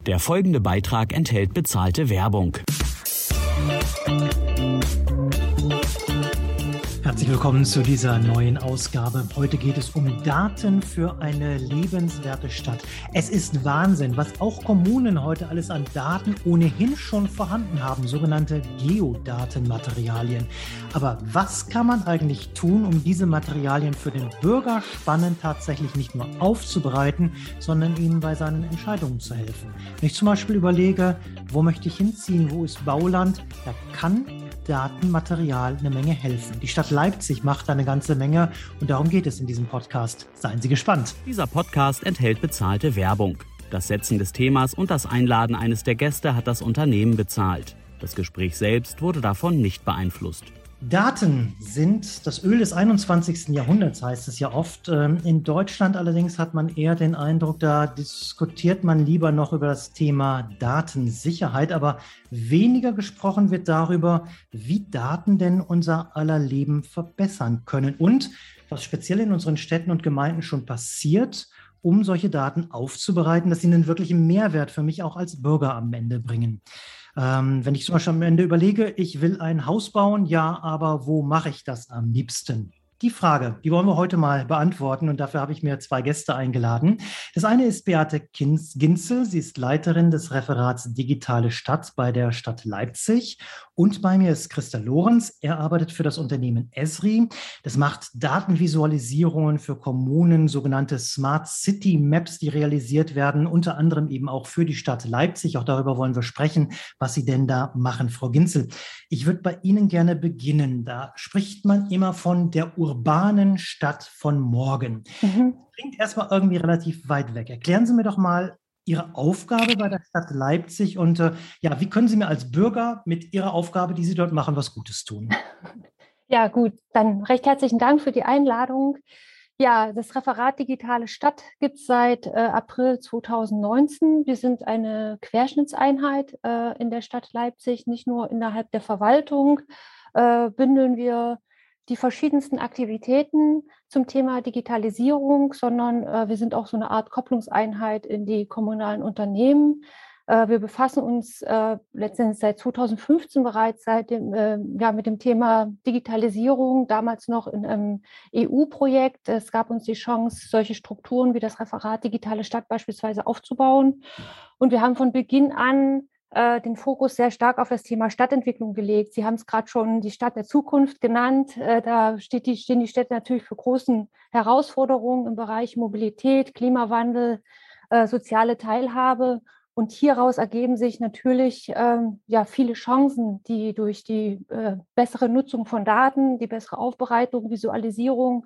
Der folgende Beitrag enthält bezahlte Werbung. Herzlich willkommen zu dieser neuen Ausgabe. Heute geht es um Daten für eine lebenswerte Stadt. Es ist Wahnsinn, was auch Kommunen heute alles an Daten ohnehin schon vorhanden haben, sogenannte Geodatenmaterialien. Aber was kann man eigentlich tun, um diese Materialien für den Bürger spannend tatsächlich nicht nur aufzubereiten, sondern ihm bei seinen Entscheidungen zu helfen? Wenn ich zum Beispiel überlege, wo möchte ich hinziehen, wo ist Bauland, da kann Datenmaterial eine Menge helfen. Die Stadt Leipzig macht da eine ganze Menge und darum geht es in diesem Podcast. Seien Sie gespannt. Dieser Podcast enthält bezahlte Werbung. Das Setzen des Themas und das Einladen eines der Gäste hat das Unternehmen bezahlt. Das Gespräch selbst wurde davon nicht beeinflusst. Daten sind das Öl des 21. Jahrhunderts, heißt es ja oft. In Deutschland allerdings hat man eher den Eindruck, da diskutiert man lieber noch über das Thema Datensicherheit, aber weniger gesprochen wird darüber, wie Daten denn unser aller Leben verbessern können und was speziell in unseren Städten und Gemeinden schon passiert, um solche Daten aufzubereiten, dass sie einen wirklichen Mehrwert für mich auch als Bürger am Ende bringen. Wenn ich zum Beispiel am Ende überlege, ich will ein Haus bauen, ja, aber wo mache ich das am liebsten? Die Frage, die wollen wir heute mal beantworten und dafür habe ich mir zwei Gäste eingeladen. Das eine ist Beate Ginzel, sie ist Leiterin des Referats Digitale Stadt bei der Stadt Leipzig und bei mir ist Christa Lorenz, er arbeitet für das Unternehmen Esri. Das macht Datenvisualisierungen für Kommunen, sogenannte Smart City Maps, die realisiert werden, unter anderem eben auch für die Stadt Leipzig. Auch darüber wollen wir sprechen, was Sie denn da machen, Frau Ginzel. Ich würde bei Ihnen gerne beginnen. Da spricht man immer von der urbanen Stadt von morgen. Klingt erstmal irgendwie relativ weit weg. Erklären Sie mir doch mal Ihre Aufgabe bei der Stadt Leipzig und ja, wie können Sie mir als Bürger mit Ihrer Aufgabe, die Sie dort machen, was Gutes tun? Ja, gut, dann recht herzlichen Dank für die Einladung. Ja, das Referat Digitale Stadt gibt es seit April 2019. Wir sind eine Querschnittseinheit in der Stadt Leipzig, nicht nur innerhalb der Verwaltung bündeln wir die verschiedensten Aktivitäten zum Thema Digitalisierung, sondern wir sind auch so eine Art Kopplungseinheit in die kommunalen Unternehmen. Wir befassen uns letztendlich seit 2015 bereits mit dem Thema Digitalisierung, damals noch in einem EU-Projekt. Es gab uns die Chance, solche Strukturen wie das Referat Digitale Stadt beispielsweise aufzubauen. Und wir haben von Beginn an den Fokus sehr stark auf das Thema Stadtentwicklung gelegt. Sie haben es gerade schon die Stadt der Zukunft genannt. Da stehen die Städte natürlich für großen Herausforderungen im Bereich Mobilität, Klimawandel, soziale Teilhabe. Und hieraus ergeben sich natürlich viele Chancen, die durch die bessere Nutzung von Daten, die bessere Aufbereitung, Visualisierung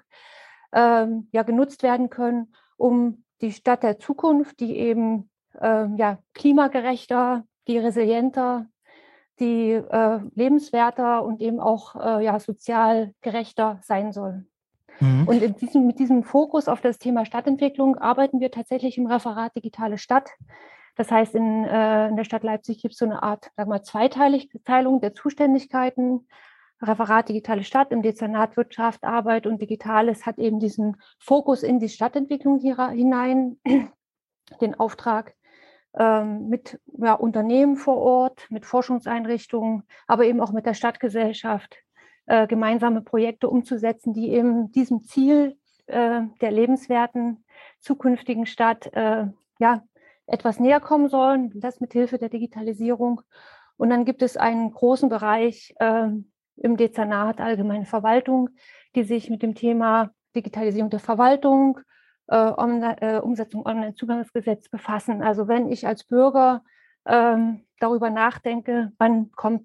genutzt werden können, um die Stadt der Zukunft, die eben klimagerechter, die resilienter, die lebenswerter und eben auch sozial gerechter sein soll. Und mit diesem Fokus auf das Thema Stadtentwicklung arbeiten wir tatsächlich im Referat Digitale Stadt. Das heißt, in der Stadt Leipzig gibt es so eine Art, Zweiteilung der Zuständigkeiten. Referat Digitale Stadt im Dezernat Wirtschaft, Arbeit und Digitales hat eben diesen Fokus in die Stadtentwicklung hinein, den Auftrag mit Unternehmen vor Ort, mit Forschungseinrichtungen, aber eben auch mit der Stadtgesellschaft gemeinsame Projekte umzusetzen, die eben diesem Ziel der lebenswerten zukünftigen Stadt etwas näher kommen sollen, das mit Hilfe der Digitalisierung. Und dann gibt es einen großen Bereich im Dezernat Allgemeine Verwaltung, die sich mit dem Thema Digitalisierung der Verwaltung, Umsetzung Onlinezugangsgesetz befassen. Also wenn ich als Bürger darüber nachdenke, wann kann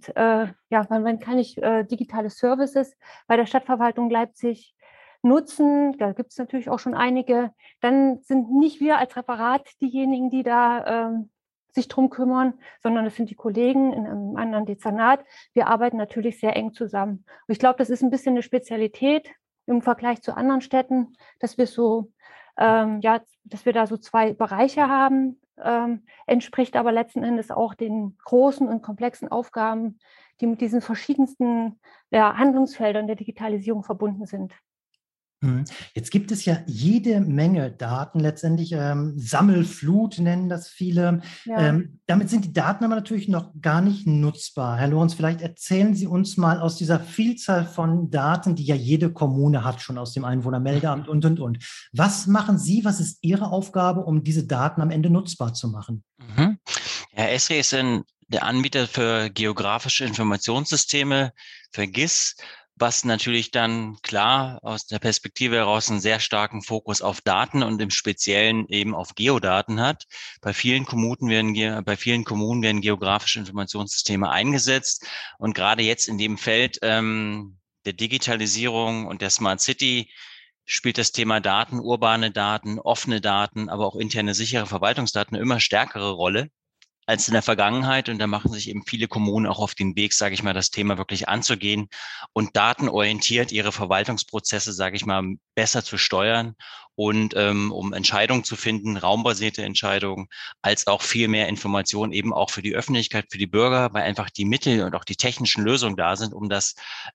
ich digitale Services bei der Stadtverwaltung Leipzig nutzen, da gibt es natürlich auch schon einige, dann sind nicht wir als Referat diejenigen, die da sich drum kümmern, sondern es sind die Kollegen in einem anderen Dezernat. Wir arbeiten natürlich sehr eng zusammen. Und ich glaube, das ist ein bisschen eine Spezialität im Vergleich zu anderen Städten, dass wir dass wir da so zwei Bereiche haben, entspricht aber letzten Endes auch den großen und komplexen Aufgaben, die mit diesen verschiedensten Handlungsfeldern der Digitalisierung verbunden sind. Jetzt gibt es ja jede Menge Daten, letztendlich Sammelflut nennen das viele. Ja. Damit sind die Daten aber natürlich noch gar nicht nutzbar. Herr Lorenz, vielleicht erzählen Sie uns mal aus dieser Vielzahl von Daten, die ja jede Kommune hat, schon aus dem Einwohnermeldeamt und. Was machen Sie, was ist Ihre Aufgabe, um diese Daten am Ende nutzbar zu machen? Ja, Esri ist der Anbieter für geografische Informationssysteme, für GIS, was natürlich dann klar aus der Perspektive heraus einen sehr starken Fokus auf Daten und im Speziellen eben auf Geodaten hat. Bei vielen Kommunen werden geografische Informationssysteme eingesetzt und gerade jetzt in dem Feld der Digitalisierung und der Smart City spielt das Thema Daten, urbane Daten, offene Daten, aber auch interne sichere Verwaltungsdaten eine immer stärkere Rolle als in der Vergangenheit. Und da machen sich eben viele Kommunen auch auf den Weg, sage ich mal, das Thema wirklich anzugehen und datenorientiert ihre Verwaltungsprozesse, sage ich mal, besser zu steuern und um Entscheidungen zu finden, raumbasierte Entscheidungen, als auch viel mehr Informationen eben auch für die Öffentlichkeit, für die Bürger, weil einfach die Mittel und auch die technischen Lösungen da sind, um das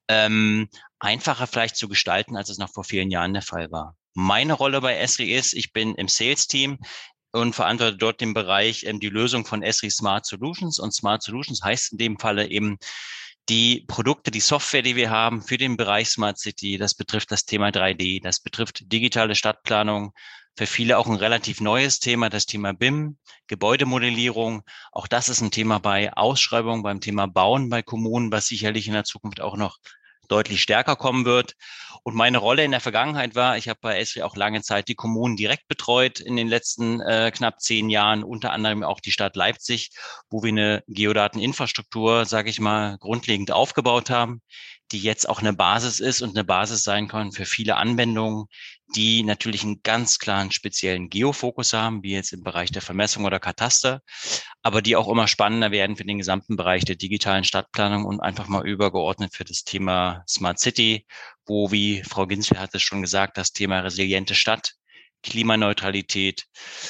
einfacher vielleicht zu gestalten, als es noch vor vielen Jahren der Fall war. Meine Rolle bei Esri ist, ich bin im Sales-Team und verantworte dort den Bereich die Lösung von Esri Smart Solutions. Und Smart Solutions heißt in dem Falle eben die Produkte, die Software, die wir haben für den Bereich Smart City. Das betrifft das Thema 3D, das betrifft digitale Stadtplanung. Für viele auch ein relativ neues Thema, das Thema BIM, Gebäudemodellierung. Auch das ist ein Thema bei Ausschreibungen, beim Thema Bauen bei Kommunen, was sicherlich in der Zukunft auch noch deutlich stärker kommen wird. Und meine Rolle in der Vergangenheit war, ich habe bei Esri auch lange Zeit die Kommunen direkt betreut in den letzten knapp 10 Jahren, unter anderem auch die Stadt Leipzig, wo wir eine Geodateninfrastruktur, sage ich mal, grundlegend aufgebaut haben, die jetzt auch eine Basis ist und eine Basis sein kann für viele Anwendungen, die natürlich einen ganz klaren speziellen Geofokus haben, wie jetzt im Bereich der Vermessung oder Kataster, aber die auch immer spannender werden für den gesamten Bereich der digitalen Stadtplanung und einfach mal übergeordnet für das Thema Smart City, wo, wie Frau Ginzel hat es schon gesagt, das Thema resiliente Stadt, Klimaneutralität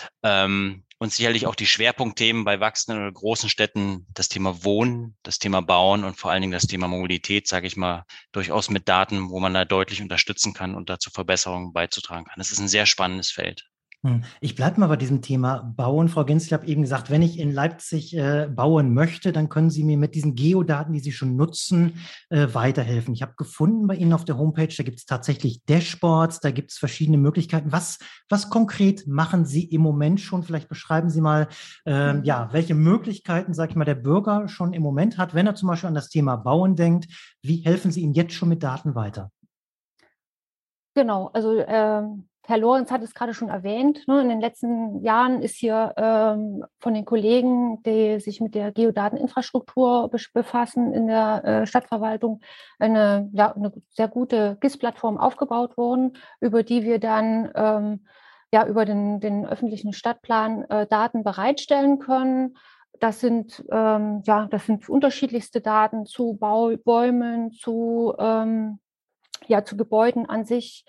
und sicherlich auch die Schwerpunktthemen bei wachsenden oder großen Städten, das Thema Wohnen, das Thema Bauen und vor allen Dingen das Thema Mobilität, sage ich mal, durchaus mit Daten, wo man da deutlich unterstützen kann und dazu Verbesserungen beizutragen kann. Das ist ein sehr spannendes Feld. Ich bleibe mal bei diesem Thema Bauen. Frau Ginzel, ich habe eben gesagt, wenn ich in Leipzig bauen möchte, dann können Sie mir mit diesen Geodaten, die Sie schon nutzen, weiterhelfen. Ich habe gefunden bei Ihnen auf der Homepage, da gibt es tatsächlich Dashboards, da gibt es verschiedene Möglichkeiten. Was konkret machen Sie im Moment schon? Vielleicht beschreiben Sie mal, welche Möglichkeiten, sage ich mal, der Bürger schon im Moment hat, wenn er zum Beispiel an das Thema Bauen denkt. Wie helfen Sie ihm jetzt schon mit Daten weiter? Genau, also Herr Lorenz hat es gerade schon erwähnt. Ne, in den letzten Jahren ist hier von den Kollegen, die sich mit der Geodateninfrastruktur befassen in der Stadtverwaltung, eine sehr gute GIS-Plattform aufgebaut worden, über die wir dann über den öffentlichen Stadtplan Daten bereitstellen können. Das sind unterschiedlichste Daten zu Bäumen, zu Gebäuden an sich,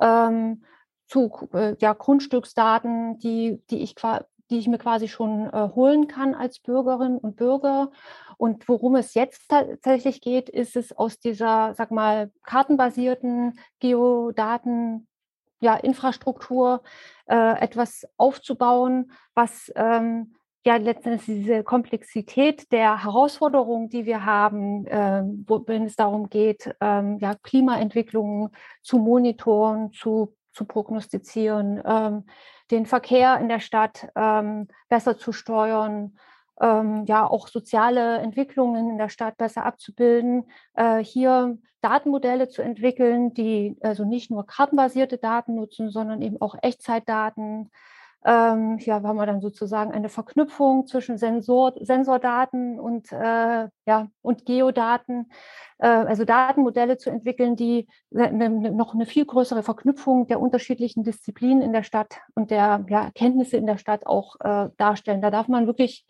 zu Grundstücksdaten, die ich mir quasi schon holen kann als Bürgerin und Bürger. Und worum es jetzt tatsächlich geht, ist es aus dieser, sag mal, kartenbasierten Geodaten Infrastruktur etwas aufzubauen, was letztendlich diese Komplexität der Herausforderungen, die wir haben, wenn es darum geht, Klimaentwicklungen zu monitoren, zu prognostizieren, den Verkehr in der Stadt besser zu steuern, auch soziale Entwicklungen in der Stadt besser abzubilden, hier Datenmodelle zu entwickeln, die also nicht nur kartenbasierte Daten nutzen, sondern eben auch Echtzeitdaten. Haben wir dann sozusagen eine Verknüpfung zwischen Sensordaten und Geodaten, also Datenmodelle zu entwickeln, die noch eine viel größere Verknüpfung der unterschiedlichen Disziplinen in der Stadt und der Erkenntnisse in der Stadt auch darstellen. Da darf man wirklich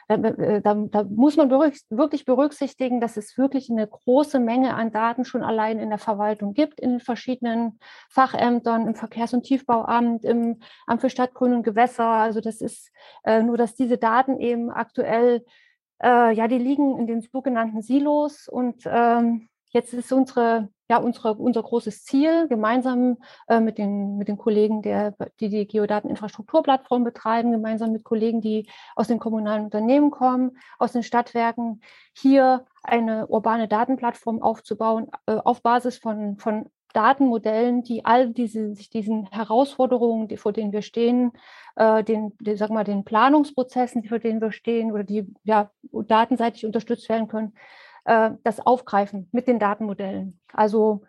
da muss man wirklich berücksichtigen, dass es wirklich eine große Menge an Daten schon allein in der Verwaltung gibt, in den verschiedenen Fachämtern, im Verkehrs- und Tiefbauamt, im Amt für Stadtgrün und Gewässer. Also das ist nur, dass diese Daten eben aktuell, die liegen in den sogenannten Silos und jetzt ist unser großes Ziel, gemeinsam mit den Kollegen, die Geodateninfrastrukturplattform betreiben, gemeinsam mit Kollegen, die aus den kommunalen Unternehmen kommen, aus den Stadtwerken, hier eine urbane Datenplattform aufzubauen, auf Basis von Datenmodellen, die sich diesen Herausforderungen, vor denen wir stehen, den Planungsprozessen, vor denen wir stehen oder die datenseitig unterstützt werden können, das aufgreifen mit den Datenmodellen. Also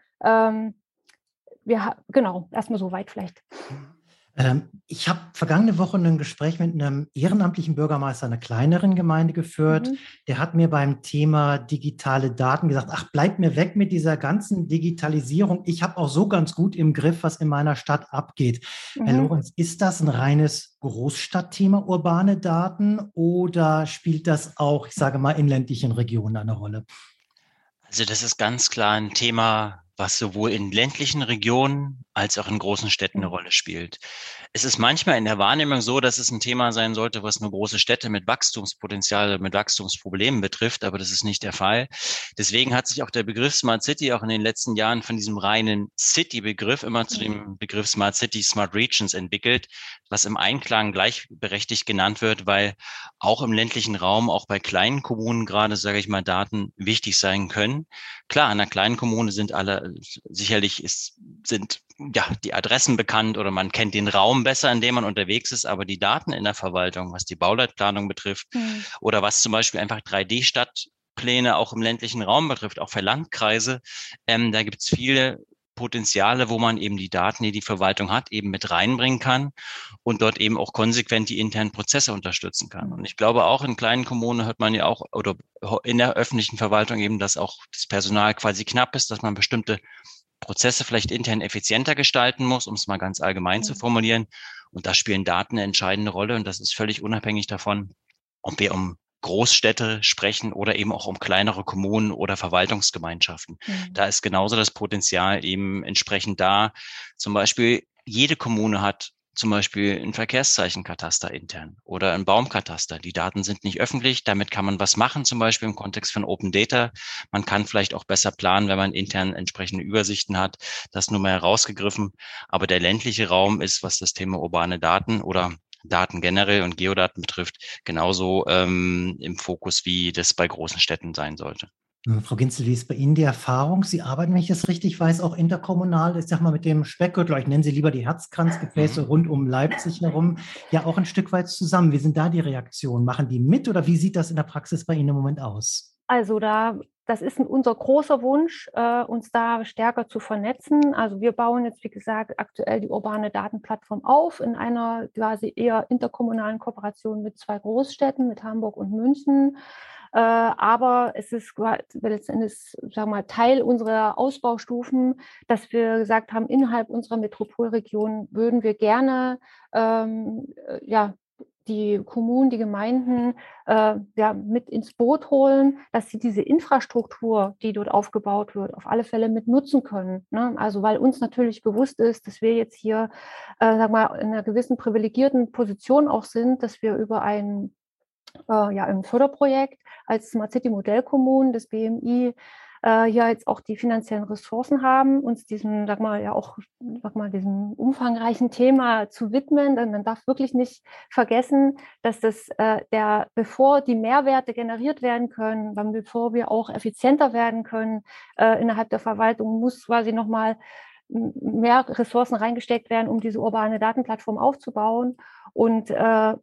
erstmal so weit vielleicht. Ich habe vergangene Woche ein Gespräch mit einem ehrenamtlichen Bürgermeister einer kleineren Gemeinde geführt. Der hat mir beim Thema digitale Daten gesagt, ach, bleib mir weg mit dieser ganzen Digitalisierung. Ich habe auch so ganz gut im Griff, was in meiner Stadt abgeht. Herr Lorenz, ist das ein reines Großstadtthema, urbane Daten, oder spielt das auch, ich sage mal, in ländlichen Regionen eine Rolle? Also das ist ganz klar ein Thema, was sowohl in ländlichen Regionen als auch in großen Städten eine Rolle spielt. Es ist manchmal in der Wahrnehmung so, dass es ein Thema sein sollte, was nur große Städte mit Wachstumspotenzial, mit Wachstumsproblemen betrifft, aber das ist nicht der Fall. Deswegen hat sich auch der Begriff Smart City auch in den letzten Jahren von diesem reinen City-Begriff immer zu dem Begriff Smart City, Smart Regions entwickelt, was im Einklang gleichberechtigt genannt wird, weil auch im ländlichen Raum, auch bei kleinen Kommunen gerade, sage ich mal, Daten wichtig sein können. Klar, in einer kleinen Kommune sind sind die Adressen bekannt oder man kennt den Raum besser, in dem man unterwegs ist, aber die Daten in der Verwaltung, was die Bauleitplanung betrifft oder was zum Beispiel einfach 3D-Stadtpläne auch im ländlichen Raum betrifft, auch für Landkreise, da gibt es viele Potenziale, wo man eben die Daten, die die Verwaltung hat, eben mit reinbringen kann und dort eben auch konsequent die internen Prozesse unterstützen kann. Und ich glaube, auch in kleinen Kommunen hört man ja auch, oder in der öffentlichen Verwaltung eben, dass auch das Personal quasi knapp ist, dass man bestimmte Prozesse vielleicht intern effizienter gestalten muss, um es mal ganz allgemein zu formulieren. Und da spielen Daten eine entscheidende Rolle. Und das ist völlig unabhängig davon, ob wir um Großstädte sprechen oder eben auch um kleinere Kommunen oder Verwaltungsgemeinschaften. Da ist genauso das Potenzial eben entsprechend da. Zum Beispiel jede Kommune hat zum Beispiel ein Verkehrszeichenkataster intern oder ein Baumkataster. Die Daten sind nicht öffentlich. Damit kann man was machen, zum Beispiel im Kontext von Open Data. Man kann vielleicht auch besser planen, wenn man intern entsprechende Übersichten hat. Das nur mal herausgegriffen. Aber der ländliche Raum ist, was das Thema urbane Daten oder Daten generell und Geodaten betrifft, genauso im Fokus, wie das bei großen Städten sein sollte. Frau Ginzel, wie ist bei Ihnen die Erfahrung? Sie arbeiten, wenn ich das richtig weiß, auch interkommunal, ich sag mal mit dem Speckgürtel, ich nenne sie lieber die Herzkranzgefäße rund um Leipzig herum, ja auch ein Stück weit zusammen. Wie sind da die Reaktionen? Machen die mit oder wie sieht das in der Praxis bei Ihnen im Moment aus? Also das ist unser großer Wunsch, uns da stärker zu vernetzen. Also wir bauen jetzt, wie gesagt, aktuell die urbane Datenplattform auf in einer quasi eher interkommunalen Kooperation mit 2 Großstädten, mit Hamburg und München. Aber es ist letztendlich, sagen wir mal, Teil unserer Ausbaustufen, dass wir gesagt haben, innerhalb unserer Metropolregion würden wir gerne die Kommunen, die Gemeinden mit ins Boot holen, dass sie diese Infrastruktur, die dort aufgebaut wird, auf alle Fälle mit nutzen können. Ne? Also weil uns natürlich bewusst ist, dass wir jetzt hier in einer gewissen privilegierten Position auch sind, dass wir über ein Förderprojekt als Smart City Modellkommunen des BMI hier jetzt auch die finanziellen Ressourcen haben, uns diesem umfangreichen Thema zu widmen. Denn man darf wirklich nicht vergessen, dass bevor die Mehrwerte generiert werden können, bevor wir auch effizienter werden können innerhalb der Verwaltung, muss quasi nochmal mehr Ressourcen reingesteckt werden, um diese urbane Datenplattform aufzubauen. Und da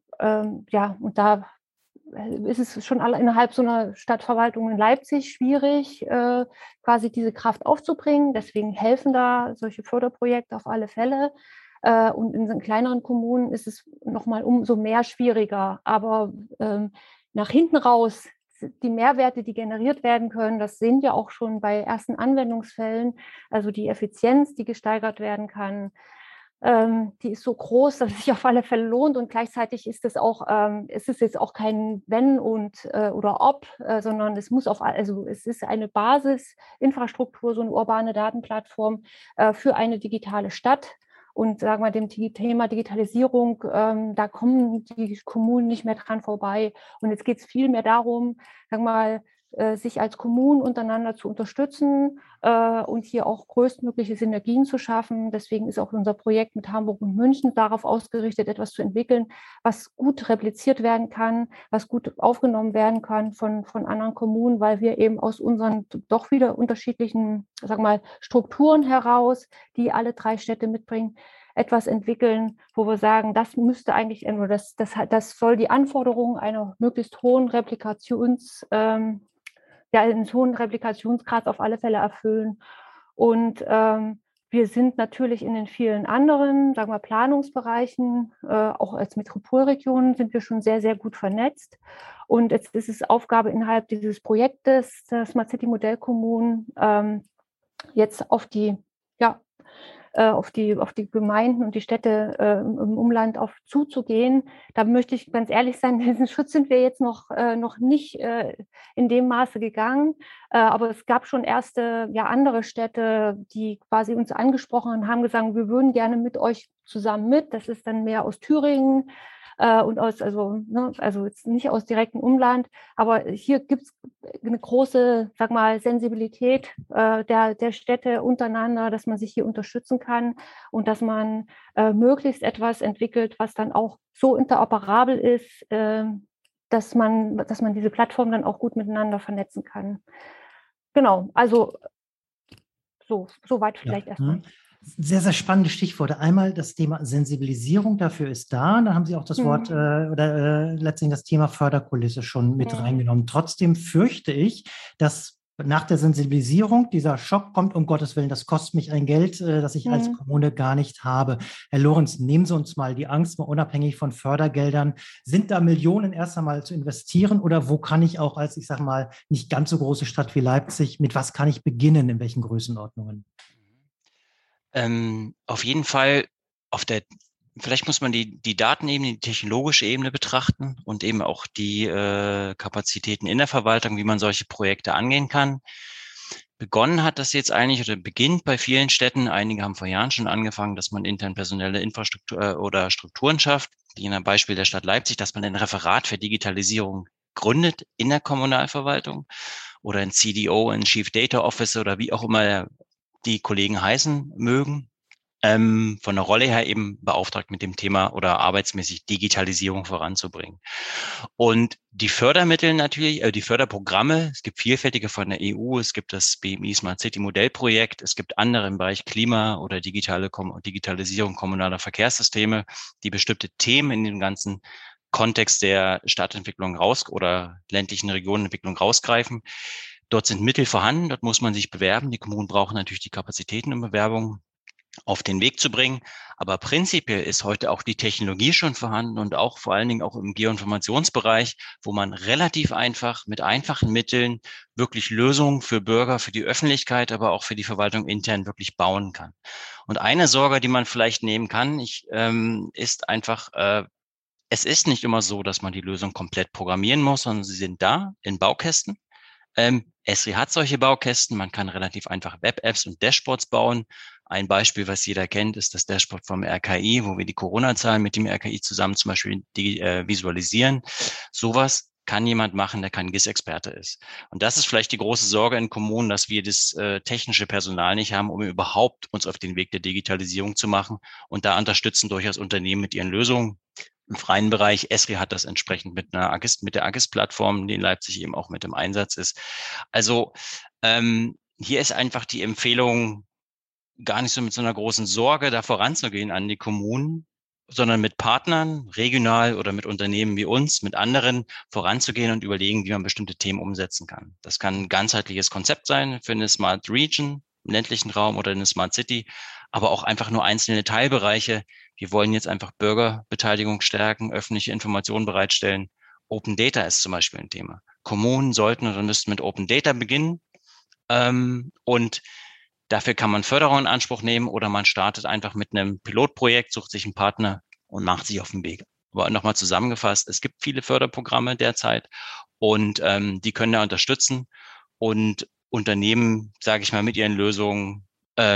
ist es schon innerhalb so einer Stadtverwaltung in Leipzig schwierig, quasi diese Kraft aufzubringen. Deswegen helfen da solche Förderprojekte auf alle Fälle. Und in den kleineren Kommunen ist es nochmal umso mehr schwieriger. Aber nach hinten raus, die Mehrwerte, die generiert werden können, das sehen wir auch schon bei ersten Anwendungsfällen. Also die Effizienz, die gesteigert werden kann, die ist so groß, dass es sich auf alle Fälle lohnt, und gleichzeitig ist es auch, es ist jetzt auch kein Wenn und oder Ob, sondern es ist eine Basisinfrastruktur, so eine urbane Datenplattform für eine digitale Stadt. Und sagen wir, dem Thema Digitalisierung, da kommen die Kommunen nicht mehr dran vorbei. Und jetzt geht es viel mehr darum, sagen wir mal, sich als Kommunen untereinander zu unterstützen und hier auch größtmögliche Synergien zu schaffen. Deswegen ist auch unser Projekt mit Hamburg und München darauf ausgerichtet, etwas zu entwickeln, was gut repliziert werden kann, was gut aufgenommen werden kann von anderen Kommunen, weil wir eben aus unseren doch wieder unterschiedlichen, sag mal, Strukturen heraus, die alle 3 Städte mitbringen, etwas entwickeln, wo wir sagen, das müsste eigentlich, das soll die Anforderungen einer möglichst hohen eines hohen Replikationsgrads auf alle Fälle erfüllen. Und wir sind natürlich in den vielen anderen, sagen wir, Planungsbereichen, auch als Metropolregion sind wir schon sehr, sehr gut vernetzt. Und jetzt ist es Aufgabe innerhalb dieses Projektes der Smart City Modellkommunen, jetzt auf die Gemeinden und die Städte im Umland zuzugehen. Da möchte ich ganz ehrlich sein, diesen Schritt sind wir jetzt noch nicht in dem Maße gegangen. Aber es gab schon erste andere Städte, die quasi uns angesprochen haben gesagt, wir würden gerne mit euch zusammen mit. Das ist dann mehr aus Thüringen. Und also jetzt nicht aus direktem Umland, aber hier gibt es eine große, sag mal, Sensibilität der Städte untereinander, dass man sich hier unterstützen kann und dass man möglichst etwas entwickelt, was dann auch so interoperabel ist, dass man diese Plattform dann auch gut miteinander vernetzen kann. Genau, also so weit vielleicht erstmal. Sehr, sehr spannende Stichworte. Einmal das Thema Sensibilisierung, dafür ist da. Und dann haben Sie auch das Wort letztendlich das Thema Förderkulisse schon mit reingenommen. Trotzdem fürchte ich, dass nach der Sensibilisierung dieser Schock kommt, um Gottes Willen, das kostet mich ein Geld, das ich als Kommune gar nicht habe. Herr Lorenz, nehmen Sie uns mal die Angst, mal unabhängig von Fördergeldern. Sind da Millionen erst einmal zu investieren oder wo kann ich auch als, ich sage mal, nicht ganz so große Stadt wie Leipzig, mit was kann ich beginnen, in welchen Größenordnungen? Auf jeden Fall vielleicht muss man die Datenebene, die technologische Ebene betrachten und eben auch die Kapazitäten in der Verwaltung, wie man solche Projekte angehen kann. Begonnen hat das jetzt eigentlich oder beginnt bei vielen Städten. Einige haben vor Jahren schon angefangen, dass man intern personelle Infrastruktur oder Strukturen schafft. Wie in einem Beispiel der Stadt Leipzig, dass man ein Referat für Digitalisierung gründet in der Kommunalverwaltung oder ein CDO, ein Chief Data Officer oder wie auch immer die Kollegen heißen mögen, von der Rolle her eben beauftragt mit dem Thema oder arbeitsmäßig Digitalisierung voranzubringen. Und die Fördermittel natürlich, die Förderprogramme, es gibt vielfältige von der EU, es gibt das BMI Smart City Modellprojekt, es gibt andere im Bereich Klima oder Digitalisierung kommunaler Verkehrssysteme, die bestimmte Themen in dem ganzen Kontext der Stadtentwicklung oder ländlichen Regionenentwicklung rausgreifen. Dort sind Mittel vorhanden, dort muss man sich bewerben. Die Kommunen brauchen natürlich die Kapazitäten, um Bewerbungen auf den Weg zu bringen. Aber prinzipiell ist heute auch die Technologie schon vorhanden und auch vor allen Dingen auch im Geoinformationsbereich, wo man relativ einfach mit einfachen Mitteln wirklich Lösungen für Bürger, für die Öffentlichkeit, aber auch für die Verwaltung intern wirklich bauen kann. Und eine Sorge, die man vielleicht nehmen kann, ist einfach, es ist nicht immer so, dass man die Lösung komplett programmieren muss, sondern sie sind da in Baukästen. Esri hat solche Baukästen. Man kann relativ einfach Web-Apps und Dashboards bauen. Ein Beispiel, was jeder kennt, ist das Dashboard vom RKI, wo wir die Corona-Zahlen mit dem RKI zusammen zum Beispiel visualisieren. Sowas kann jemand machen, der kein GIS-Experte ist. Und das ist vielleicht die große Sorge in Kommunen, dass wir das technische Personal nicht haben, um überhaupt uns auf den Weg der Digitalisierung zu machen. Und da unterstützen durchaus Unternehmen mit ihren Lösungen. Im freien Bereich, Esri hat das entsprechend mit der AGIS-Plattform, die in Leipzig eben auch mit im Einsatz ist. Also hier ist einfach die Empfehlung, gar nicht so mit so einer großen Sorge da voranzugehen an die Kommunen, sondern mit Partnern, regional oder mit Unternehmen wie uns, mit anderen voranzugehen und überlegen, wie man bestimmte Themen umsetzen kann. Das kann ein ganzheitliches Konzept sein für eine Smart Region im ländlichen Raum oder eine Smart City, aber auch einfach nur einzelne Teilbereiche. Wir wollen jetzt einfach Bürgerbeteiligung stärken, öffentliche Informationen bereitstellen. Open Data ist zum Beispiel ein Thema. Kommunen sollten oder müssten mit Open Data beginnen. Und dafür kann man Förderung in Anspruch nehmen oder man startet einfach mit einem Pilotprojekt, sucht sich einen Partner und macht sich auf den Weg. Aber nochmal zusammengefasst, es gibt viele Förderprogramme derzeit und die können da unterstützen. Und Unternehmen, sage ich mal, mit ihren Lösungen,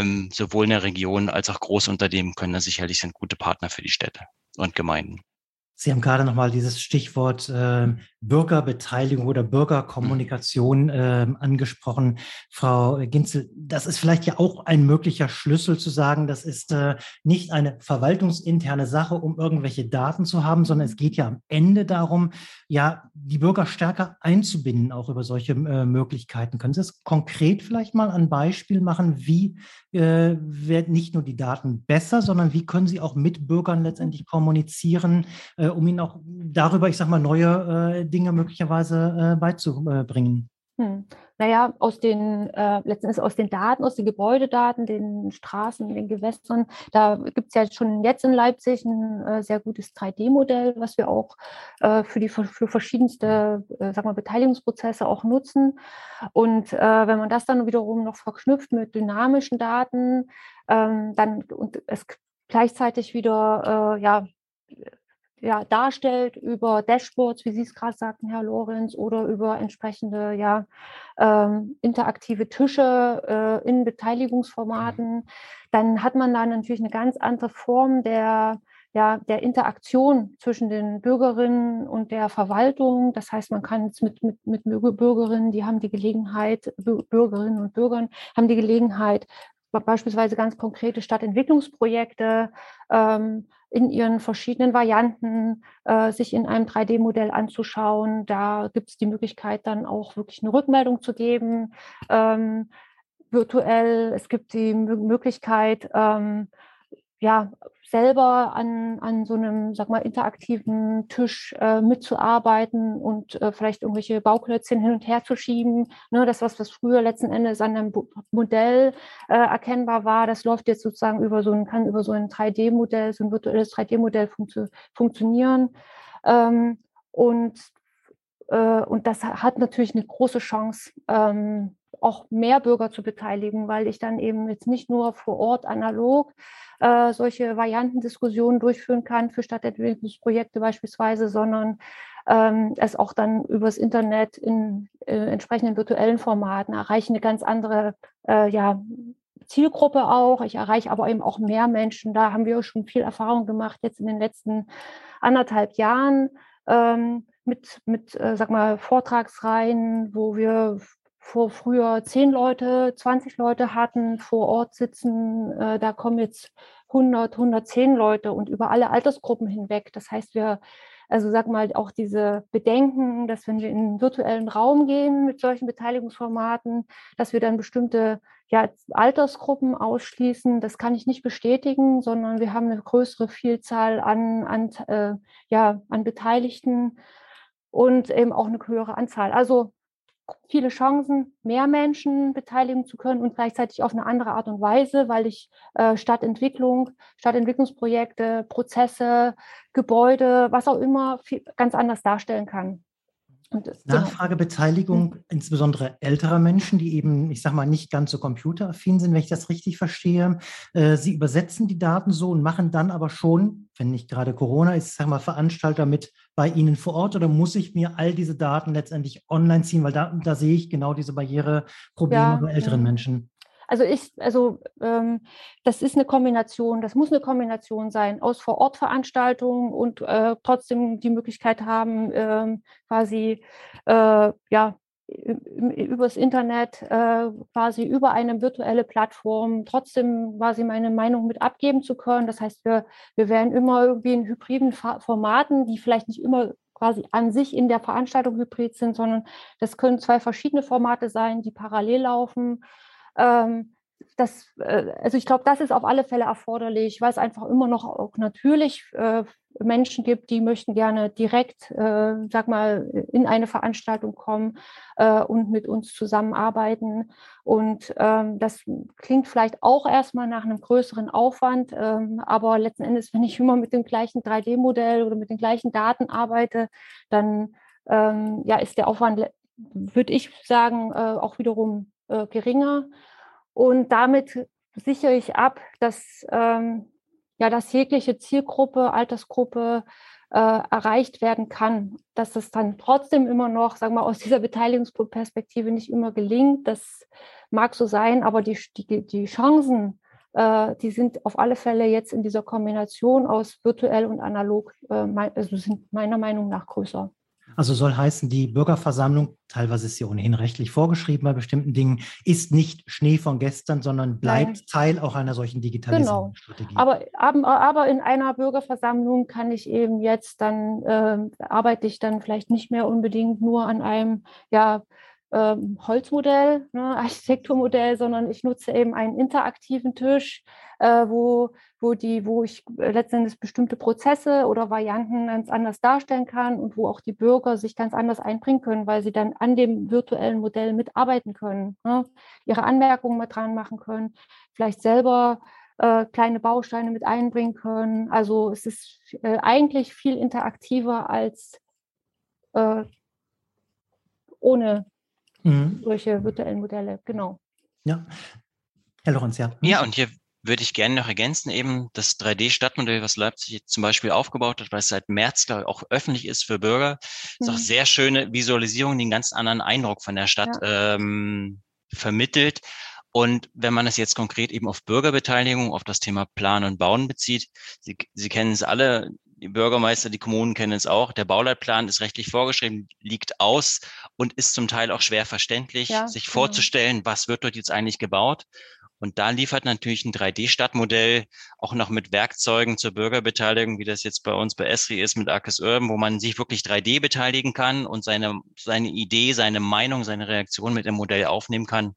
sowohl in der Region als auch Großunternehmen können da sicherlich sind gute Partner für die Städte und Gemeinden. Sie haben gerade nochmal dieses Stichwort Bürgerbeteiligung oder Bürgerkommunikation angesprochen, Frau Ginzel. Das ist vielleicht ja auch ein möglicher Schlüssel zu sagen, das ist nicht eine verwaltungsinterne Sache, um irgendwelche Daten zu haben, sondern es geht ja am Ende darum, ja, die Bürger stärker einzubinden, auch über solche Möglichkeiten. Können Sie das konkret vielleicht mal ein Beispiel machen, wie werden nicht nur die Daten besser, sondern wie können Sie auch mit Bürgern letztendlich kommunizieren, um ihnen auch darüber, ich sag mal, neue Dinge möglicherweise beizubringen? Naja, letztendlich aus den Daten, aus den Gebäudedaten, den Straßen, den Gewässern, da gibt es ja schon jetzt in Leipzig ein sehr gutes 3D-Modell, was wir auch für verschiedenste Beteiligungsprozesse auch nutzen. Und wenn man das dann wiederum noch verknüpft mit dynamischen Daten, dann und es gleichzeitig wieder darstellt über Dashboards, wie Sie es gerade sagten, Herr Lorenz, oder über entsprechende interaktive Tische in Beteiligungsformaten, dann hat man da natürlich eine ganz andere Form der Interaktion zwischen den Bürgerinnen und der Verwaltung. Das heißt, man kann jetzt mit Bürgerinnen, die haben die Gelegenheit, Bürgerinnen und Bürgern haben die Gelegenheit, beispielsweise ganz konkrete Stadtentwicklungsprojekte in ihren verschiedenen Varianten sich in einem 3D-Modell anzuschauen. Da gibt es die Möglichkeit, dann auch wirklich eine Rückmeldung zu geben, virtuell. Es gibt die Möglichkeit, selber an so einem, interaktiven Tisch mitzuarbeiten und vielleicht irgendwelche Bauklötzchen hin und her zu schieben. Ne, das, was früher letzten Endes an einem Modell erkennbar war, das läuft jetzt sozusagen kann über so ein 3D-Modell, so ein virtuelles 3D-Modell funktionieren. Und das hat natürlich eine große Chance, auch mehr Bürger zu beteiligen, weil ich dann eben jetzt nicht nur vor Ort analog solche Variantendiskussionen durchführen kann für Stadtentwicklungsprojekte beispielsweise, sondern es auch dann übers Internet in entsprechenden virtuellen Formaten erreiche eine ganz andere Zielgruppe auch. Ich erreiche aber eben auch mehr Menschen. Da haben wir schon viel Erfahrung gemacht jetzt in den letzten 1,5 Jahren mit Vortragsreihen, wo wir früher 10 Leute, 20 Leute hatten, vor Ort sitzen. Da kommen jetzt 100, 110 Leute und über alle Altersgruppen hinweg. Das heißt, auch diese Bedenken, dass wenn wir in einen virtuellen Raum gehen mit solchen Beteiligungsformaten, dass wir dann bestimmte Altersgruppen ausschließen, das kann ich nicht bestätigen, sondern wir haben eine größere Vielzahl an Beteiligten und eben auch eine höhere Anzahl. Also viele Chancen, mehr Menschen beteiligen zu können und gleichzeitig auf eine andere Art und Weise, weil ich Stadtentwicklungsprojekte, Prozesse, Gebäude, was auch immer, ganz anders darstellen kann. Nachfrage, Beteiligung, insbesondere älterer Menschen, die eben, ich sage mal, nicht ganz so computeraffin sind, wenn ich das richtig verstehe. Sie übersetzen die Daten so und machen dann aber schon, wenn nicht gerade Corona ist, ich sage mal, Veranstalter mit bei Ihnen vor Ort, oder muss ich mir all diese Daten letztendlich online ziehen, weil da sehe ich genau diese Barriereprobleme bei älteren Menschen. Das ist eine Kombination, das muss eine Kombination sein aus Vor-Ort-Veranstaltungen und trotzdem die Möglichkeit haben, übers Internet, quasi über eine virtuelle Plattform trotzdem quasi meine Meinung mit abgeben zu können. Das heißt, wir werden immer irgendwie in hybriden Formaten, die vielleicht nicht immer quasi an sich in der Veranstaltung hybrid sind, sondern das können 2 verschiedene Formate sein, die parallel laufen. Ich glaube, das ist auf alle Fälle erforderlich, weil es einfach immer noch auch natürlich Menschen gibt, die möchten gerne direkt, in eine Veranstaltung kommen und mit uns zusammenarbeiten. Und das klingt vielleicht auch erstmal nach einem größeren Aufwand, aber letzten Endes, wenn ich immer mit dem gleichen 3D-Modell oder mit den gleichen Daten arbeite, dann ist der Aufwand, würde ich sagen, auch wiederum geringer. Und damit sichere ich ab, dass jegliche Zielgruppe, Altersgruppe erreicht werden kann. Dass es dann trotzdem immer noch, aus dieser Beteiligungsperspektive nicht immer gelingt, das mag so sein, aber die Chancen, die sind auf alle Fälle jetzt in dieser Kombination aus virtuell und analog, also sind meiner Meinung nach größer. Also soll heißen, die Bürgerversammlung, teilweise ist sie ohnehin rechtlich vorgeschrieben bei bestimmten Dingen, ist nicht Schnee von gestern, sondern bleibt Teil auch einer solchen Digitalisierungsstrategie. Genau. Aber in einer Bürgerversammlung kann ich eben jetzt dann, arbeite ich dann vielleicht nicht mehr unbedingt nur an einem, Holzmodell, ne, Architekturmodell, sondern ich nutze eben einen interaktiven Tisch, wo ich letztendlich bestimmte Prozesse oder Varianten ganz anders darstellen kann und wo auch die Bürger sich ganz anders einbringen können, weil sie dann an dem virtuellen Modell mitarbeiten können, ne, ihre Anmerkungen mit dran machen können, vielleicht selber kleine Bausteine mit einbringen können. Also es ist eigentlich viel interaktiver als ohne solche virtuellen Modelle, genau. Ja, Herr Lorenz, ja. Ja, und hier würde ich gerne noch ergänzen, eben das 3D-Stadtmodell, was Leipzig jetzt zum Beispiel aufgebaut hat, weil es seit März, glaube ich, auch öffentlich ist für Bürger. Ist auch sehr schöne Visualisierung, die einen ganz anderen Eindruck von der Stadt vermittelt. Und wenn man es jetzt konkret eben auf Bürgerbeteiligung, auf das Thema Planen und Bauen bezieht, Sie kennen es alle, die Bürgermeister, die Kommunen kennen es auch, der Bauleitplan ist rechtlich vorgeschrieben, liegt aus und ist zum Teil auch schwer verständlich, sich vorzustellen, was wird dort jetzt eigentlich gebaut. Und da liefert natürlich ein 3D-Stadtmodell auch noch mit Werkzeugen zur Bürgerbeteiligung, wie das jetzt bei uns bei Esri ist mit Arcus Urban, wo man sich wirklich 3D beteiligen kann und seine Idee, seine Meinung, seine Reaktion mit dem Modell aufnehmen kann.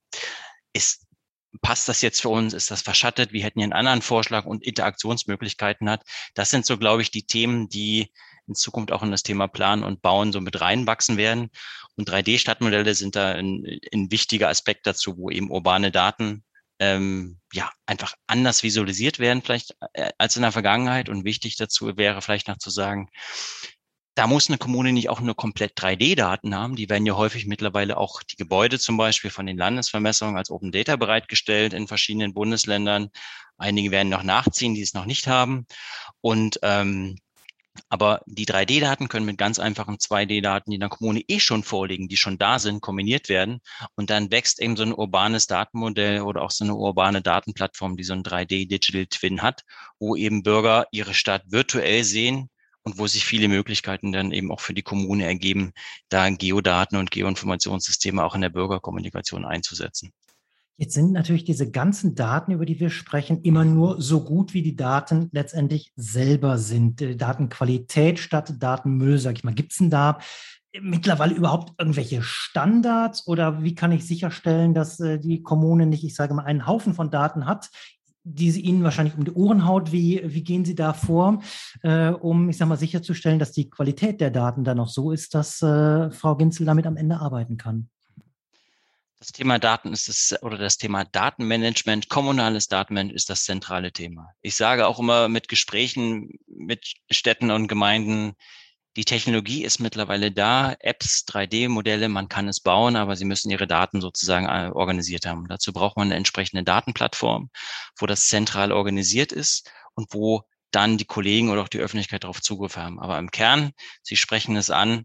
Passt das jetzt für uns? Ist das verschattet? Wir hätten hier einen anderen Vorschlag und Interaktionsmöglichkeiten hat. Das sind so, glaube ich, die Themen, die in Zukunft auch in das Thema Planen und Bauen so mit reinwachsen werden. Und 3D-Stadtmodelle sind da ein wichtiger Aspekt dazu, wo eben urbane Daten einfach anders visualisiert werden vielleicht als in der Vergangenheit. Und wichtig dazu wäre vielleicht noch zu sagen, da muss eine Kommune nicht auch nur komplett 3D-Daten haben. Die werden ja häufig mittlerweile auch die Gebäude zum Beispiel von den Landesvermessungen als Open Data bereitgestellt in verschiedenen Bundesländern. Einige werden noch nachziehen, die es noch nicht haben. Und aber die 3D-Daten können mit ganz einfachen 2D-Daten, die in der Kommune schon vorliegen, die schon da sind, kombiniert werden. Und dann wächst eben so ein urbanes Datenmodell oder auch so eine urbane Datenplattform, die so ein 3D-Digital Twin hat, wo eben Bürger ihre Stadt virtuell sehen und wo sich viele Möglichkeiten dann eben auch für die Kommune ergeben, da Geodaten und Geoinformationssysteme auch in der Bürgerkommunikation einzusetzen. Jetzt sind natürlich diese ganzen Daten, über die wir sprechen, immer nur so gut, wie die Daten letztendlich selber sind. Datenqualität statt Datenmüll, sag ich mal. Gibt es denn da mittlerweile überhaupt irgendwelche Standards oder wie kann ich sicherstellen, dass die Kommune nicht, ich sage mal, einen Haufen von Daten hat, die sie Ihnen wahrscheinlich um die Ohren haut? Wie gehen Sie da vor, um, ich sage mal, sicherzustellen, dass die Qualität der Daten dann auch so ist, dass Frau Ginzel damit am Ende arbeiten kann? Das Thema Daten das Thema Datenmanagement, kommunales Datenmanagement ist das zentrale Thema. Ich sage auch immer mit Gesprächen mit Städten und Gemeinden, die Technologie ist mittlerweile da, Apps, 3D-Modelle, man kann es bauen, aber sie müssen ihre Daten sozusagen organisiert haben. Dazu braucht man eine entsprechende Datenplattform, wo das zentral organisiert ist und wo dann die Kollegen oder auch die Öffentlichkeit darauf Zugriff haben. Aber im Kern, Sie sprechen es an,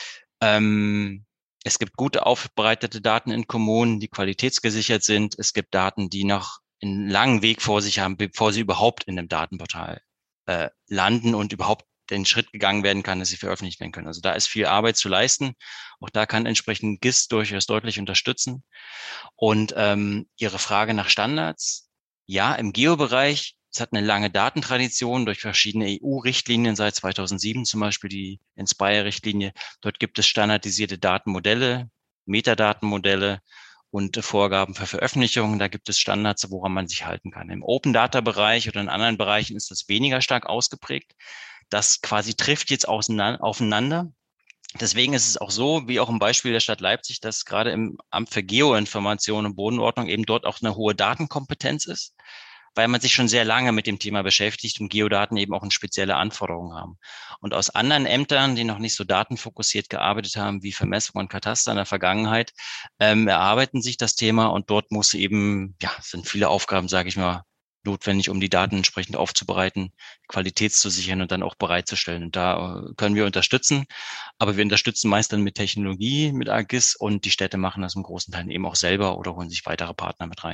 es gibt gute aufbereitete Daten in Kommunen, die qualitätsgesichert sind. Es gibt Daten, die noch einen langen Weg vor sich haben, bevor sie überhaupt in einem Datenportal landen und überhaupt den Schritt gegangen werden kann, dass sie veröffentlicht werden können. Also da ist viel Arbeit zu leisten. Auch da kann entsprechend GIS durchaus deutlich unterstützen. Und Ihre Frage nach Standards. Ja, im Geobereich, es hat eine lange Datentradition durch verschiedene EU-Richtlinien, seit 2007 zum Beispiel die Inspire-Richtlinie. Dort gibt es standardisierte Datenmodelle, Metadatenmodelle und Vorgaben für Veröffentlichungen. Da gibt es Standards, woran man sich halten kann. Im Open-Data-Bereich oder in anderen Bereichen ist das weniger stark ausgeprägt. Das quasi trifft jetzt aufeinander. Deswegen ist es auch so, wie auch im Beispiel der Stadt Leipzig, dass gerade im Amt für Geoinformation und Bodenordnung eben dort auch eine hohe Datenkompetenz ist, weil man sich schon sehr lange mit dem Thema beschäftigt und Geodaten eben auch eine spezielle Anforderungen haben. Und aus anderen Ämtern, die noch nicht so datenfokussiert gearbeitet haben, wie Vermessung und Kataster in der Vergangenheit, erarbeiten sich das Thema und dort muss eben, sind viele Aufgaben, sage ich mal, notwendig, um die Daten entsprechend aufzubereiten, Qualität zu sichern und dann auch bereitzustellen. Und da können wir unterstützen. Aber wir unterstützen meist dann mit Technologie, mit AGIS und die Städte machen das im großen Teil eben auch selber oder holen sich weitere Partner mit rein.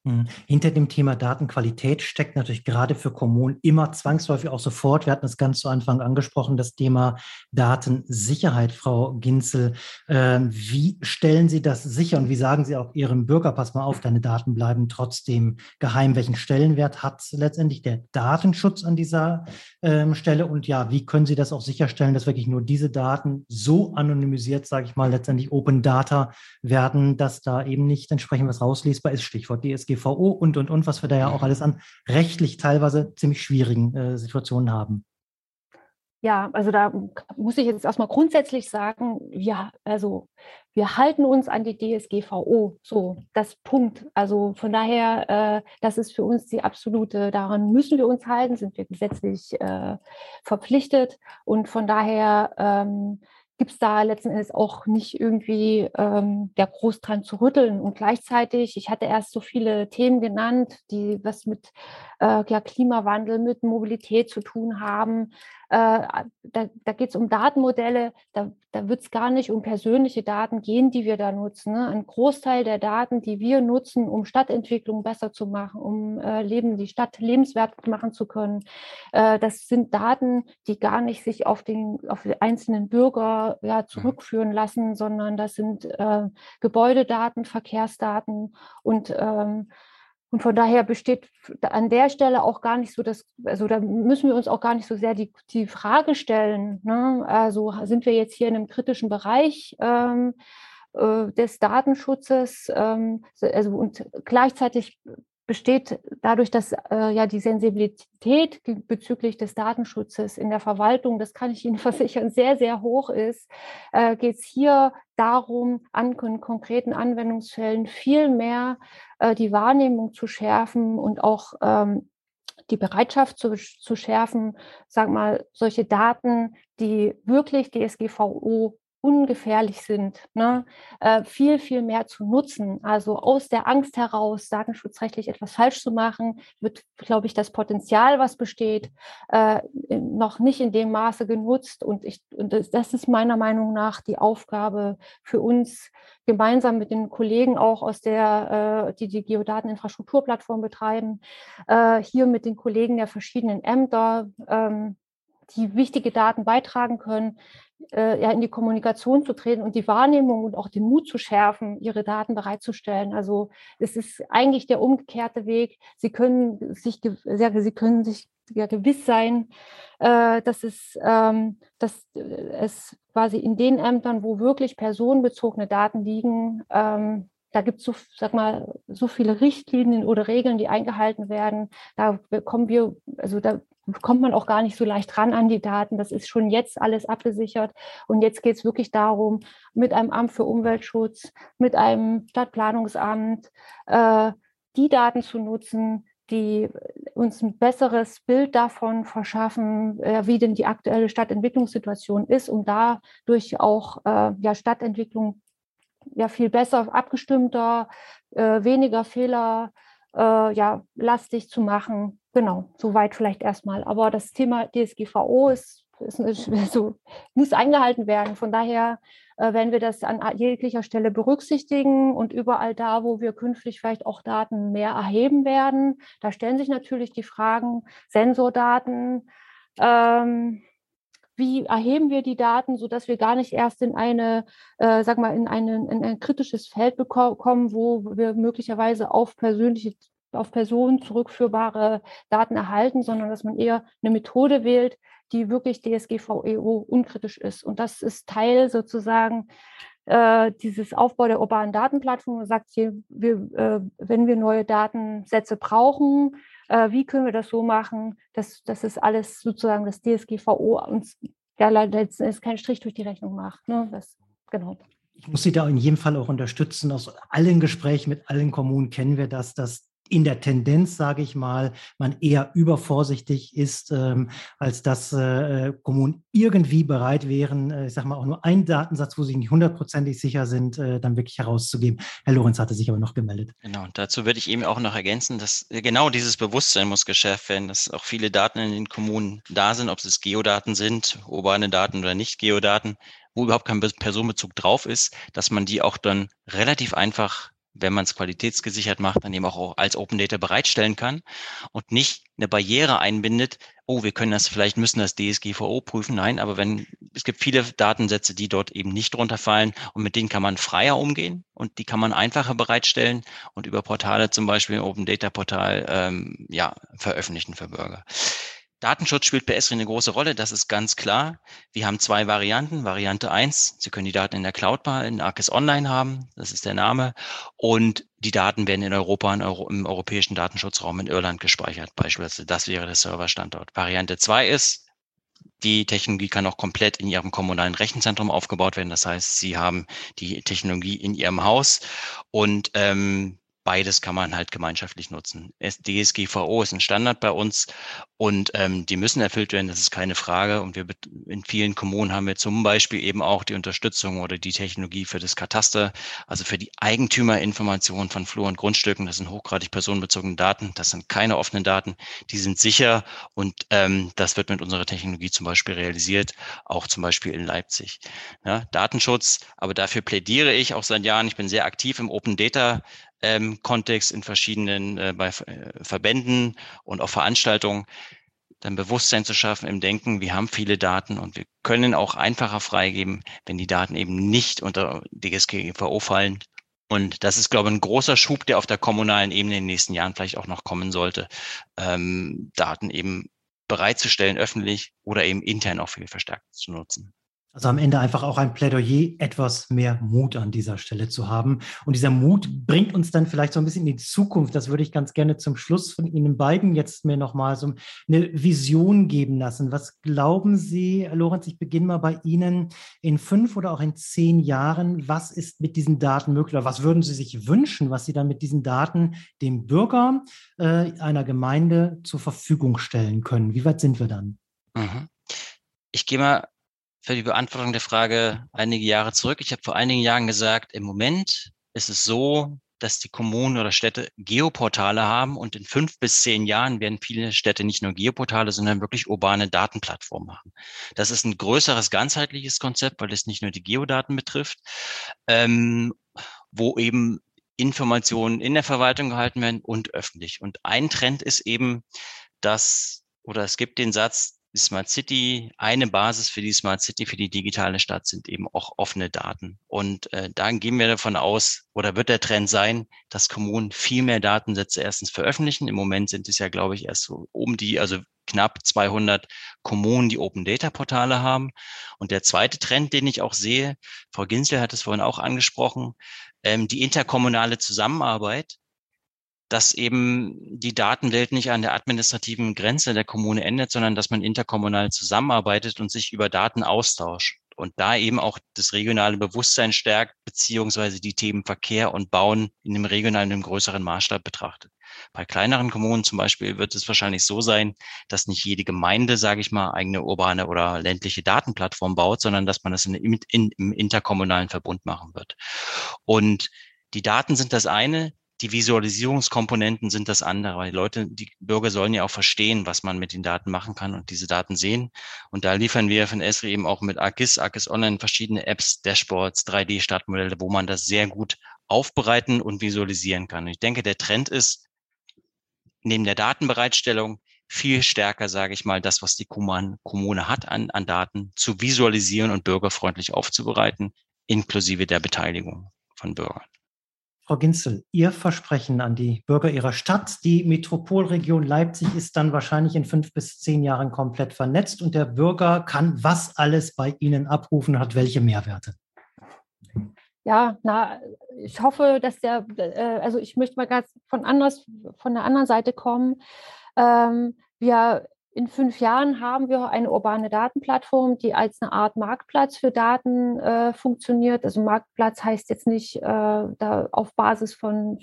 Hinter dem Thema Datenqualität steckt natürlich gerade für Kommunen immer zwangsläufig auch sofort, wir hatten es ganz zu Anfang angesprochen, das Thema Datensicherheit. Frau Ginzel, wie stellen Sie das sicher und wie sagen Sie auch Ihrem Bürger, pass mal auf, deine Daten bleiben trotzdem geheim? Welchen Stellenwert hat letztendlich der Datenschutz an dieser Stelle? Und ja, wie können Sie das auch sicherstellen, dass wirklich nur diese Daten so anonymisiert, sage ich mal, letztendlich Open Data werden, dass da eben nicht entsprechend was rauslesbar ist, Stichwort DSGVO und, was wir da ja auch alles an rechtlich teilweise ziemlich schwierigen Situationen haben. Ja, also da muss ich jetzt erstmal grundsätzlich sagen, ja, also wir halten uns an die DSGVO, so, das Punkt. Also von daher, das ist für uns die absolute, daran müssen wir uns halten, sind wir gesetzlich verpflichtet und von daher gibt es da letzten Endes auch nicht irgendwie der groß dran zu rütteln. Und gleichzeitig, ich hatte erst so viele Themen genannt, die was mit Klimawandel, mit Mobilität zu tun haben. Da geht es um Datenmodelle, da wird es gar nicht um persönliche Daten gehen, die wir da nutzen. Ne? Ein Großteil der Daten, die wir nutzen, um Stadtentwicklung besser zu machen, um die Stadt lebenswert machen zu können, das sind Daten, die gar nicht sich auf den einzelnen Bürger zurückführen lassen, sondern das sind Gebäudedaten, Verkehrsdaten und von daher besteht an der Stelle auch gar nicht so also da müssen wir uns auch gar nicht so sehr die Frage stellen, ne? Also sind wir jetzt hier in einem kritischen Bereich des Datenschutzes, also und gleichzeitig besteht dadurch, dass die Sensibilität bezüglich des Datenschutzes in der Verwaltung, das kann ich Ihnen versichern, sehr, sehr hoch ist, geht es hier darum, an konkreten Anwendungsfällen viel mehr die Wahrnehmung zu schärfen und auch die Bereitschaft zu schärfen, sag mal, solche Daten, die wirklich DSGVO ungefährlich sind, ne, viel, viel mehr zu nutzen. Also aus der Angst heraus, datenschutzrechtlich etwas falsch zu machen, wird, glaube ich, das Potenzial, was besteht, noch nicht in dem Maße genutzt. Und das ist meiner Meinung nach die Aufgabe für uns, gemeinsam mit den Kollegen auch aus die Geodateninfrastrukturplattform betreiben, hier mit den Kollegen der verschiedenen Ämter, die wichtige Daten beitragen können, in die Kommunikation zu treten und die Wahrnehmung und auch den Mut zu schärfen, ihre Daten bereitzustellen. Also es ist eigentlich der umgekehrte Weg. Sie können sich gewiss sein, dass es quasi in den Ämtern, wo wirklich personenbezogene Daten liegen, da gibt es so viele Richtlinien oder Regeln, die eingehalten werden. Da kommt man auch gar nicht so leicht ran an die Daten. Das ist schon jetzt alles abgesichert. Und jetzt geht es wirklich darum, mit einem Amt für Umweltschutz, mit einem Stadtplanungsamt, die Daten zu nutzen, die uns ein besseres Bild davon verschaffen, wie denn die aktuelle Stadtentwicklungssituation ist, um dadurch auch Stadtentwicklung viel besser, abgestimmter, weniger Fehler, lastig zu machen. Genau, soweit vielleicht erstmal. Aber das Thema DSGVO muss eingehalten werden. Von daher werden wir das an jeglicher Stelle berücksichtigen und überall da, wo wir künftig vielleicht auch Daten mehr erheben werden, da stellen sich natürlich die Fragen, Sensordaten, wie erheben wir die Daten, sodass wir gar nicht erst in in ein kritisches Feld kommen, wo wir möglicherweise auf Personen zurückführbare Daten erhalten, sondern dass man eher eine Methode wählt, die wirklich DSGVO unkritisch ist. Und das ist Teil sozusagen dieses Aufbau der urbanen Datenplattform. Man sagt hier, wenn wir neue Datensätze brauchen, wie können wir das so machen, dass es alles sozusagen das DSGVO uns letzten Endes keinen Strich durch die Rechnung macht. Ne? Genau. Ich muss Sie da in jedem Fall auch unterstützen. Aus allen Gesprächen mit allen Kommunen kennen wir das, dass in der Tendenz, sage ich mal, man eher übervorsichtig ist, als dass Kommunen irgendwie bereit wären, ich sage mal auch nur einen Datensatz, wo sie nicht hundertprozentig sicher sind, dann wirklich herauszugeben. Herr Lorenz hatte sich aber noch gemeldet. Genau, dazu würde ich eben auch noch ergänzen, dass genau dieses Bewusstsein muss geschärft werden, dass auch viele Daten in den Kommunen da sind, ob es Geodaten sind, urbane Daten oder nicht Geodaten, wo überhaupt kein Personenbezug drauf ist, dass man die auch dann relativ einfach wenn man es qualitätsgesichert macht, dann eben auch als Open Data bereitstellen kann und nicht eine Barriere einbindet, oh, wir können das vielleicht, müssen das DSGVO prüfen. Nein, aber es gibt viele Datensätze, die dort eben nicht drunter fallen und mit denen kann man freier umgehen und die kann man einfacher bereitstellen und über Portale, zum Beispiel ein Open Data Portal, veröffentlichen für Bürger. Datenschutz spielt bei Esri eine große Rolle, das ist ganz klar. Wir haben 2 Varianten. Variante 1, Sie können die Daten in der Cloud in ArcGIS Online haben, das ist der Name. Und die Daten werden in Europa, im europäischen Datenschutzraum in Irland gespeichert, beispielsweise. Das wäre der Serverstandort. Variante 2 ist, die Technologie kann auch komplett in Ihrem kommunalen Rechenzentrum aufgebaut werden. Das heißt, Sie haben die Technologie in Ihrem Haus und beides kann man halt gemeinschaftlich nutzen. DSGVO ist ein Standard bei uns und die müssen erfüllt werden, das ist keine Frage. Und in vielen Kommunen haben wir zum Beispiel eben auch die Unterstützung oder die Technologie für das Kataster, also für die Eigentümerinformation von Flur- und Grundstücken. Das sind hochgradig personenbezogene Daten, das sind keine offenen Daten, die sind sicher und das wird mit unserer Technologie zum Beispiel realisiert, auch zum Beispiel in Leipzig. Ja, Datenschutz, aber dafür plädiere ich auch seit Jahren. Ich bin sehr aktiv im Open Data Kontext in verschiedenen bei Verbänden und auch Veranstaltungen, dann Bewusstsein zu schaffen im Denken, wir haben viele Daten und wir können auch einfacher freigeben, wenn die Daten eben nicht unter DSGVO fallen. Und das ist, glaube ich, ein großer Schub, der auf der kommunalen Ebene in den nächsten Jahren vielleicht auch noch kommen sollte, Daten eben bereitzustellen, öffentlich oder eben intern auch viel verstärkt zu nutzen. Also am Ende einfach auch ein Plädoyer, etwas mehr Mut an dieser Stelle zu haben. Und dieser Mut bringt uns dann vielleicht so ein bisschen in die Zukunft. Das würde ich ganz gerne zum Schluss von Ihnen beiden jetzt mir nochmal so eine Vision geben lassen. Was glauben Sie, Lorenz, ich beginne mal bei Ihnen, in 5 oder auch in 10 Jahren, was ist mit diesen Daten möglich? Oder was würden Sie sich wünschen, was Sie dann mit diesen Daten dem Bürger einer Gemeinde zur Verfügung stellen können? Wie weit sind wir dann? Ich gehe mal für die Beantwortung der Frage einige Jahre zurück. Ich habe vor einigen Jahren gesagt, im Moment ist es so, dass die Kommunen oder Städte Geoportale haben und in 5 bis 10 Jahren werden viele Städte nicht nur Geoportale, sondern wirklich urbane Datenplattformen haben. Das ist ein größeres, ganzheitliches Konzept, weil es nicht nur die Geodaten betrifft, wo eben Informationen in der Verwaltung gehalten werden und öffentlich. Und ein Trend ist eben, es gibt den Satz, die Smart City, eine Basis für die Smart City, für die digitale Stadt sind eben auch offene Daten. Und da gehen wir davon aus, oder wird der Trend sein, dass Kommunen viel mehr Datensätze erstens veröffentlichen. Im Moment sind es ja, glaube ich, erst so also knapp 200 Kommunen, die Open Data Portale haben. Und der zweite Trend, den ich auch sehe, Frau Ginzel hat es vorhin auch angesprochen, die interkommunale Zusammenarbeit, dass eben die Datenwelt nicht an der administrativen Grenze der Kommune endet, sondern dass man interkommunal zusammenarbeitet und sich über Daten austauscht und da eben auch das regionale Bewusstsein stärkt, beziehungsweise die Themen Verkehr und Bauen in einem regionalen, in einem größeren Maßstab betrachtet. Bei kleineren Kommunen zum Beispiel wird es wahrscheinlich so sein, dass nicht jede Gemeinde, sage ich mal, eigene urbane oder ländliche Datenplattform baut, sondern dass man das im interkommunalen Verbund machen wird. Und die Daten sind das eine, die Visualisierungskomponenten sind das andere, weil die Bürger sollen ja auch verstehen, was man mit den Daten machen kann und diese Daten sehen. Und da liefern wir von Esri eben auch mit ArcGIS Online verschiedene Apps, Dashboards, 3D-Stadtmodelle, wo man das sehr gut aufbereiten und visualisieren kann. Und ich denke, der Trend ist, neben der Datenbereitstellung viel stärker, sage ich mal, das, was die Kommune hat an Daten, zu visualisieren und bürgerfreundlich aufzubereiten, inklusive der Beteiligung von Bürgern. Frau Ginzel, Ihr Versprechen an die Bürger Ihrer Stadt, die Metropolregion Leipzig ist dann wahrscheinlich in 5 bis 10 Jahren komplett vernetzt und der Bürger kann was alles bei Ihnen abrufen, hat welche Mehrwerte? Ja, ich hoffe, dass also ich möchte mal ganz von der anderen Seite kommen. In 5 Jahren haben wir eine urbane Datenplattform, die als eine Art Marktplatz für Daten funktioniert. Also Marktplatz heißt jetzt nicht da auf Basis von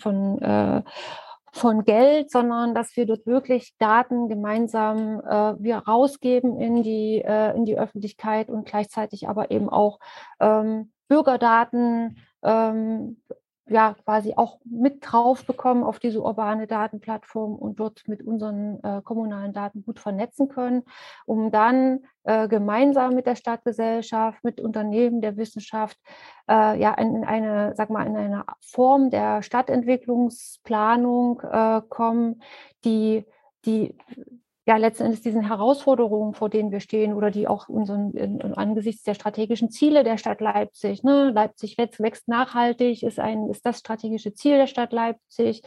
Geld, sondern dass wir dort wirklich Daten gemeinsam wir rausgeben in die Öffentlichkeit und gleichzeitig aber eben auch Bürgerdaten ja quasi auch mit drauf bekommen auf diese urbane Datenplattform und dort mit unseren kommunalen Daten gut vernetzen können, um dann gemeinsam mit der Stadtgesellschaft, mit Unternehmen der Wissenschaft ja in eine Form der Stadtentwicklungsplanung kommen, die ja letztendlich diesen Herausforderungen, vor denen wir stehen oder die auch angesichts der strategischen Ziele der Stadt Leipzig, ne? Leipzig wächst nachhaltig, ist das strategische Ziel der Stadt Leipzig.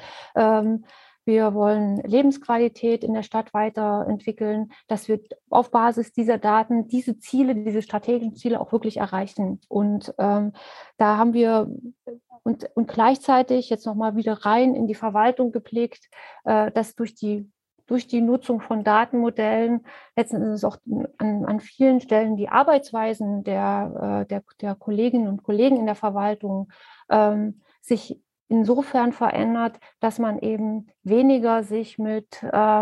Wir wollen Lebensqualität in der Stadt weiterentwickeln, dass wir auf Basis dieser Daten diese strategischen Ziele auch wirklich erreichen. Und da haben wir und gleichzeitig jetzt nochmal wieder rein in die Verwaltung geblickt, dass durch die Nutzung von Datenmodellen letztendlich auch an vielen Stellen die Arbeitsweisen der Kolleginnen und Kollegen in der Verwaltung sich insofern verändert, dass man eben weniger sich mit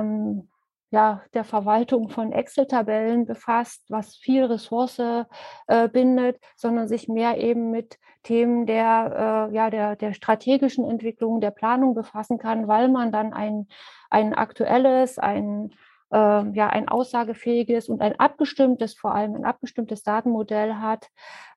der Verwaltung von Excel-Tabellen befasst, was viel Ressource bindet, sondern sich mehr eben mit Themen der strategischen Entwicklung, der Planung befassen kann, weil man dann ein aktuelles, ein aussagefähiges und vor allem ein abgestimmtes Datenmodell hat,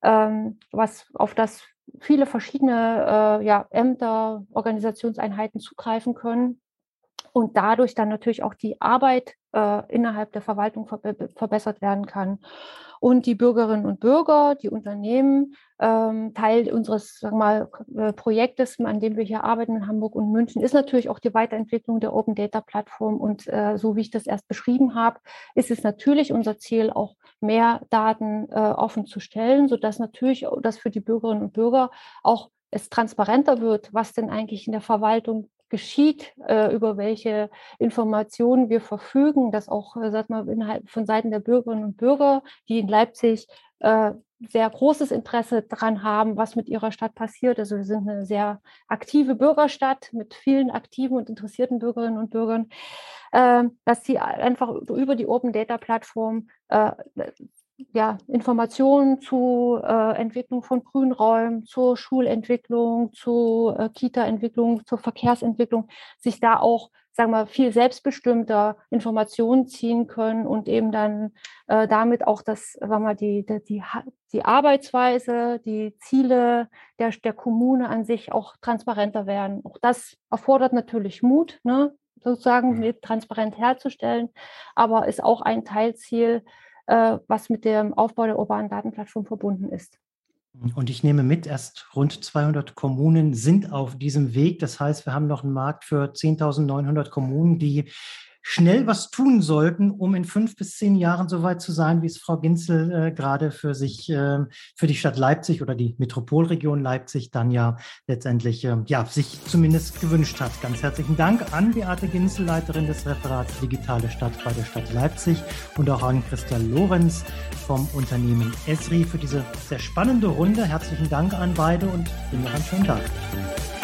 auf das viele verschiedene Ämter, Organisationseinheiten zugreifen können und dadurch dann natürlich auch die Arbeit innerhalb der Verwaltung verbessert werden kann. Und die Bürgerinnen und Bürger, die Unternehmen, Teil unseres Projektes, an dem wir hier arbeiten in Hamburg und München, ist natürlich auch die Weiterentwicklung der Open Data Plattform. Und so wie ich das erst beschrieben habe, ist es natürlich unser Ziel, auch mehr Daten offen zu stellen, sodass natürlich das für die Bürgerinnen und Bürger auch es transparenter wird, was denn eigentlich in der Verwaltung geschieht, über welche Informationen wir verfügen, dass auch von Seiten der Bürgerinnen und Bürger, die in Leipzig sehr großes Interesse daran haben, was mit ihrer Stadt passiert. Also wir sind eine sehr aktive Bürgerstadt mit vielen aktiven und interessierten Bürgerinnen und Bürgern, dass sie einfach über die Open Data Plattform Informationen zur Entwicklung von Grünräumen, zur Schulentwicklung, zur Kita-Entwicklung, zur Verkehrsentwicklung, sich da auch, viel selbstbestimmter Informationen ziehen können und eben dann damit auch die Arbeitsweise, die Ziele der Kommune an sich auch transparenter werden. Auch das erfordert natürlich Mut, ne, sozusagen transparent herzustellen, aber ist auch ein Teilziel, was mit dem Aufbau der urbanen Datenplattform verbunden ist. Und ich nehme mit, erst rund 200 Kommunen sind auf diesem Weg. Das heißt, wir haben noch einen Markt für 10.900 Kommunen, die schnell was tun sollten, um in 5 bis 10 Jahren so weit zu sein, wie es Frau Ginzel gerade für die Stadt Leipzig oder die Metropolregion Leipzig dann ja letztendlich sich zumindest gewünscht hat. Ganz herzlichen Dank an Beate Ginzel, Leiterin des Referats Digitale Stadt bei der Stadt Leipzig, und auch an Christa Lorenz vom Unternehmen Esri für diese sehr spannende Runde. Herzlichen Dank an beide und Ihnen noch einen schönen Tag.